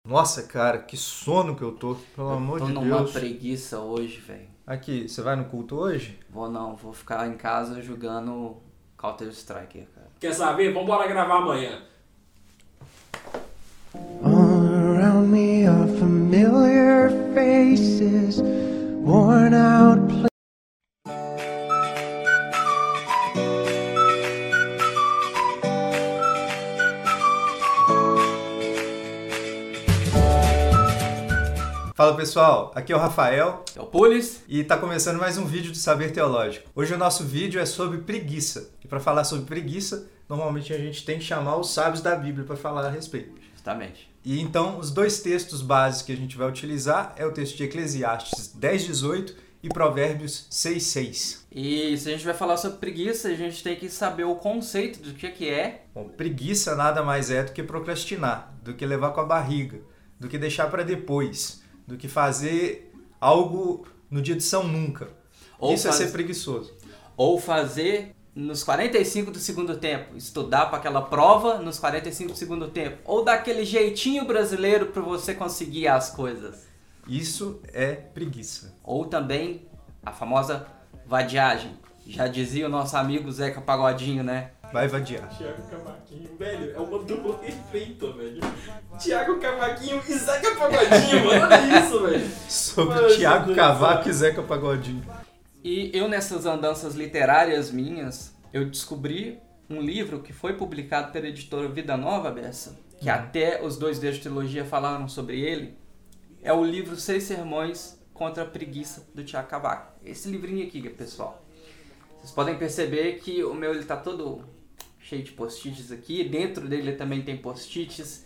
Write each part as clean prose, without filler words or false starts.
Nossa, cara, que sono que eu tô, pelo amor de Deus. Tô numa preguiça hoje, velho. Aqui, você vai no culto hoje? Vou ficar em casa jogando Counter-Strike, cara. Quer saber? Vambora gravar amanhã. All around me are familiar faces, worn out places. Fala pessoal, aqui é o Rafael É o Pulis. e tá começando mais um vídeo do Saber Teológico. Hoje o nosso vídeo é sobre preguiça. E para falar sobre preguiça, normalmente a gente tem que chamar os sábios da Bíblia para falar a respeito. Justamente. E então os dois textos básicos que a gente vai utilizar é o texto de Eclesiastes 10:18 e Provérbios 6:6. E se a gente vai falar sobre preguiça, a gente tem que saber o conceito do que é. Bom, preguiça nada mais é do que procrastinar, do que levar com a barriga, do que deixar para depois, do que fazer algo no dia de São Nunca. Isso é ser preguiçoso. Ou fazer nos 45 do segundo tempo, estudar para aquela prova nos 45 do segundo tempo, ou dar aquele jeitinho brasileiro para você conseguir as coisas. Isso é preguiça. Ou também a famosa vadiagem. Já dizia o nosso amigo Zeca Pagodinho, né? Vai vadiar. Thiago Cavaquinho, velho, é uma dupla perfeita, velho. Thiago Cavaquinho e Zeca Pagodinho, mano, olha isso, velho. Sobre Mano, Thiago Deus Cavaco do e Zeca Pagodinho. E eu, nessas andanças literárias minhas, eu descobri um livro que foi publicado pela editora Vida Nova, Bessa, que até os dois dedos de teologia falaram sobre ele. É o livro 6 Sermões contra a Preguiça, do Thiago Cavaco. Esse livrinho aqui, pessoal. Vocês podem perceber que o meu ele tá todo cheio de post-its aqui. Dentro dele também tem post-its.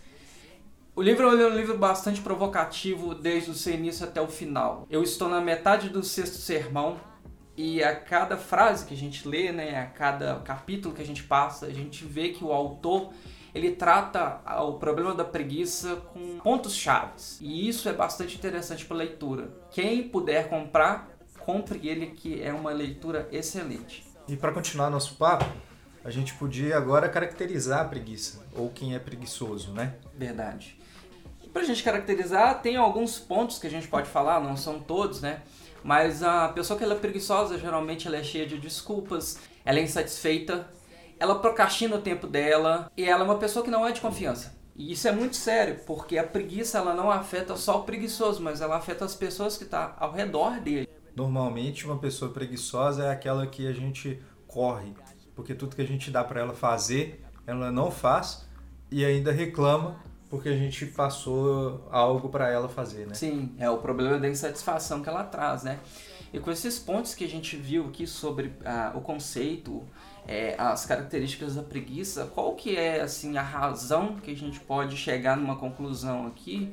O livro é um livro bastante provocativo desde o seu início até o final. Eu estou na metade do 6º sermão e a cada frase que a gente lê, né, a cada capítulo que a gente passa, a gente vê que o autor ele trata o problema da preguiça com pontos chaves. E isso é bastante interessante para a leitura. Quem puder comprar, compre ele, que é uma leitura excelente. E para continuar nosso papo, a gente podia agora caracterizar a preguiça, ou quem é preguiçoso, né? Verdade. E pra gente caracterizar, tem alguns pontos que a gente pode falar, não são todos, né? Mas a pessoa que ela é preguiçosa, geralmente ela é cheia de desculpas, ela é insatisfeita, ela procrastina o tempo dela e ela é uma pessoa que não é de confiança. E isso é muito sério, porque a preguiça ela não afeta só o preguiçoso, mas ela afeta as pessoas que estão ao redor dele. Normalmente uma pessoa preguiçosa é aquela que a gente corre, porque tudo que a gente dá para ela fazer, ela não faz e ainda reclama porque a gente passou algo para ela fazer, né? Sim, é o problema da insatisfação que ela traz, né? E com esses pontos que a gente viu aqui sobre o conceito, as características da preguiça, qual que é assim a razão que a gente pode chegar numa conclusão aqui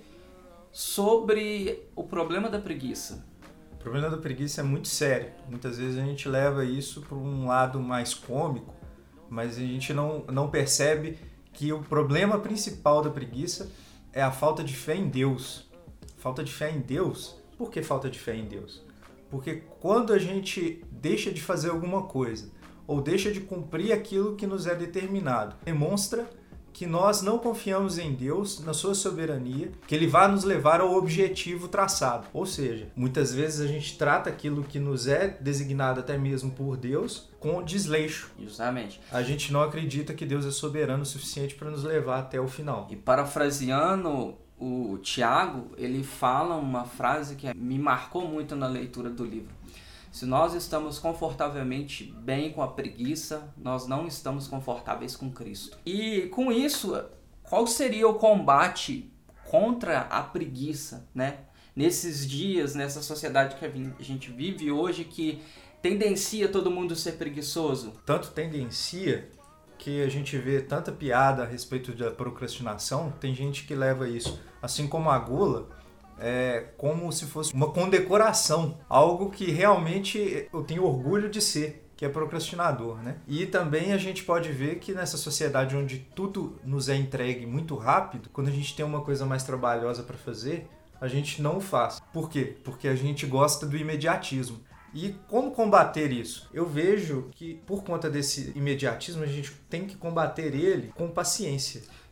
sobre o problema da preguiça? O problema da preguiça é muito sério. Muitas vezes a gente leva isso para um lado mais cômico, mas a gente não percebe que o problema principal da preguiça é a falta de fé em Deus. Falta de fé em Deus? Por que falta de fé em Deus? Porque quando a gente deixa de fazer alguma coisa ou deixa de cumprir aquilo que nos é determinado, demonstra que nós não confiamos em Deus, na sua soberania, que Ele vai nos levar ao objetivo traçado. Ou seja, muitas vezes a gente trata aquilo que nos é designado até mesmo por Deus com desleixo. Justamente. A gente não acredita que Deus é soberano o suficiente para nos levar até o final. E parafraseando o Tiago, ele fala uma frase que me marcou muito na leitura do livro. Se nós estamos confortavelmente bem com a preguiça, nós não estamos confortáveis com Cristo. E com isso, qual seria o combate contra a preguiça, né? Nesses dias, nessa sociedade que a gente vive hoje, que tendencia todo mundo a ser preguiçoso? Tanto tendencia que a gente vê tanta piada a respeito da procrastinação, tem gente que leva isso, assim como a gula, como se fosse uma condecoração, algo que realmente eu tenho orgulho de ser, que é procrastinador, né? E também a gente pode ver que nessa sociedade onde tudo nos é entregue muito rápido, quando a gente tem uma coisa mais trabalhosa para fazer, a gente não o faz. Por quê? Porque a gente gosta do imediatismo. E como combater isso? Eu vejo que por conta desse imediatismo a gente tem que combater ele com paciência.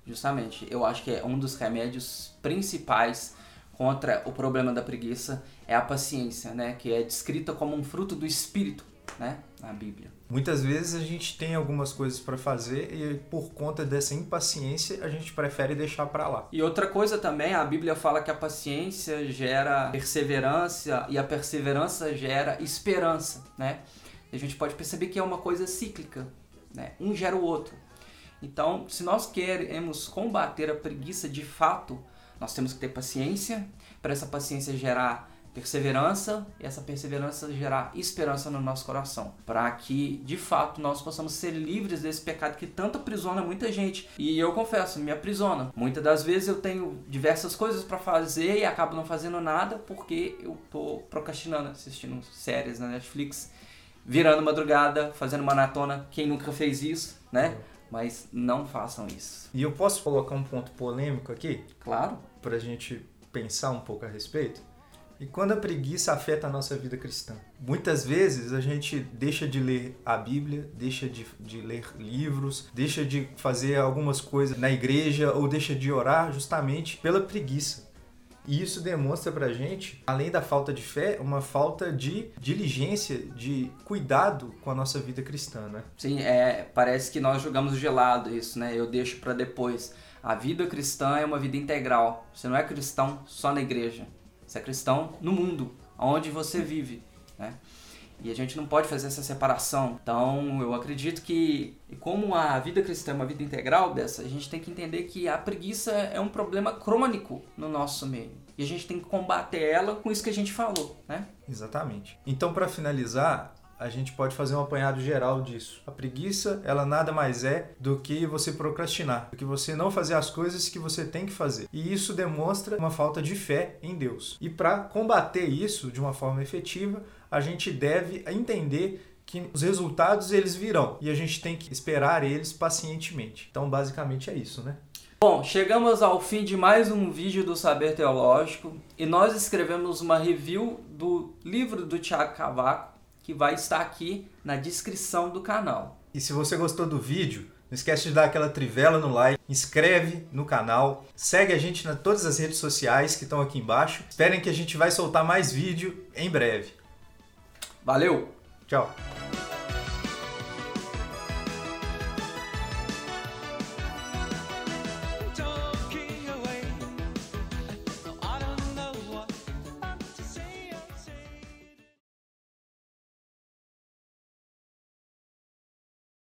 Justamente, eu acho que é um dos remédios principais contra o problema da preguiça é a paciência, né? Que é descrita como um fruto do Espírito, né? Na Bíblia. Muitas vezes a gente tem algumas coisas para fazer e por conta dessa impaciência a gente prefere deixar para lá. E outra coisa também, a Bíblia fala que a paciência gera perseverança e a perseverança gera esperança, né? E a gente pode perceber que é uma coisa cíclica, né? Um gera o outro. Então, se nós queremos combater a preguiça de fato, nós temos que ter paciência, para essa paciência gerar perseverança e essa perseverança gerar esperança no nosso coração, para que de fato nós possamos ser livres desse pecado que tanto aprisiona muita gente. E eu confesso, me aprisiona. Muitas das vezes eu tenho diversas coisas para fazer e acabo não fazendo nada porque eu tô procrastinando, assistindo séries na Netflix, virando madrugada, fazendo maratona. Quem nunca fez isso, né? Mas não façam isso. E eu posso colocar um ponto polêmico aqui? Claro. Para a gente pensar um pouco a respeito? E quando a preguiça afeta a nossa vida cristã? Muitas vezes a gente deixa de ler a Bíblia, deixa de ler livros, deixa de fazer algumas coisas na igreja ou deixa de orar justamente pela preguiça. E isso demonstra pra gente, além da falta de fé, uma falta de diligência, de cuidado com a nossa vida cristã, né? Sim, parece que nós jogamos gelado isso, né? Eu deixo pra depois. A vida cristã é uma vida integral. Você não é cristão só na igreja. Você é cristão no mundo, onde você vive, né? E a gente não pode fazer essa separação. Então, eu acredito que, como a vida cristã é uma vida integral dessa, a gente tem que entender que a preguiça é um problema crônico no nosso meio. E a gente tem que combater ela com isso que a gente falou, né? Exatamente. Então, para finalizar, a gente pode fazer um apanhado geral disso. A preguiça, ela nada mais é do que você procrastinar, do que você não fazer as coisas que você tem que fazer. E isso demonstra uma falta de fé em Deus. E para combater isso de uma forma efetiva, a gente deve entender que os resultados eles virão e a gente tem que esperar eles pacientemente. Então, basicamente é isso, né? Bom, chegamos ao fim de mais um vídeo do Saber Teológico e nós escrevemos uma review do livro do Thiago Cavaco, que vai estar aqui na descrição do canal. E se você gostou do vídeo, não esquece de dar aquela trivela no like, inscreve no canal, segue a gente em todas as redes sociais que estão aqui embaixo. Esperem que a gente vai soltar mais vídeo em breve. Valeu! Tchau!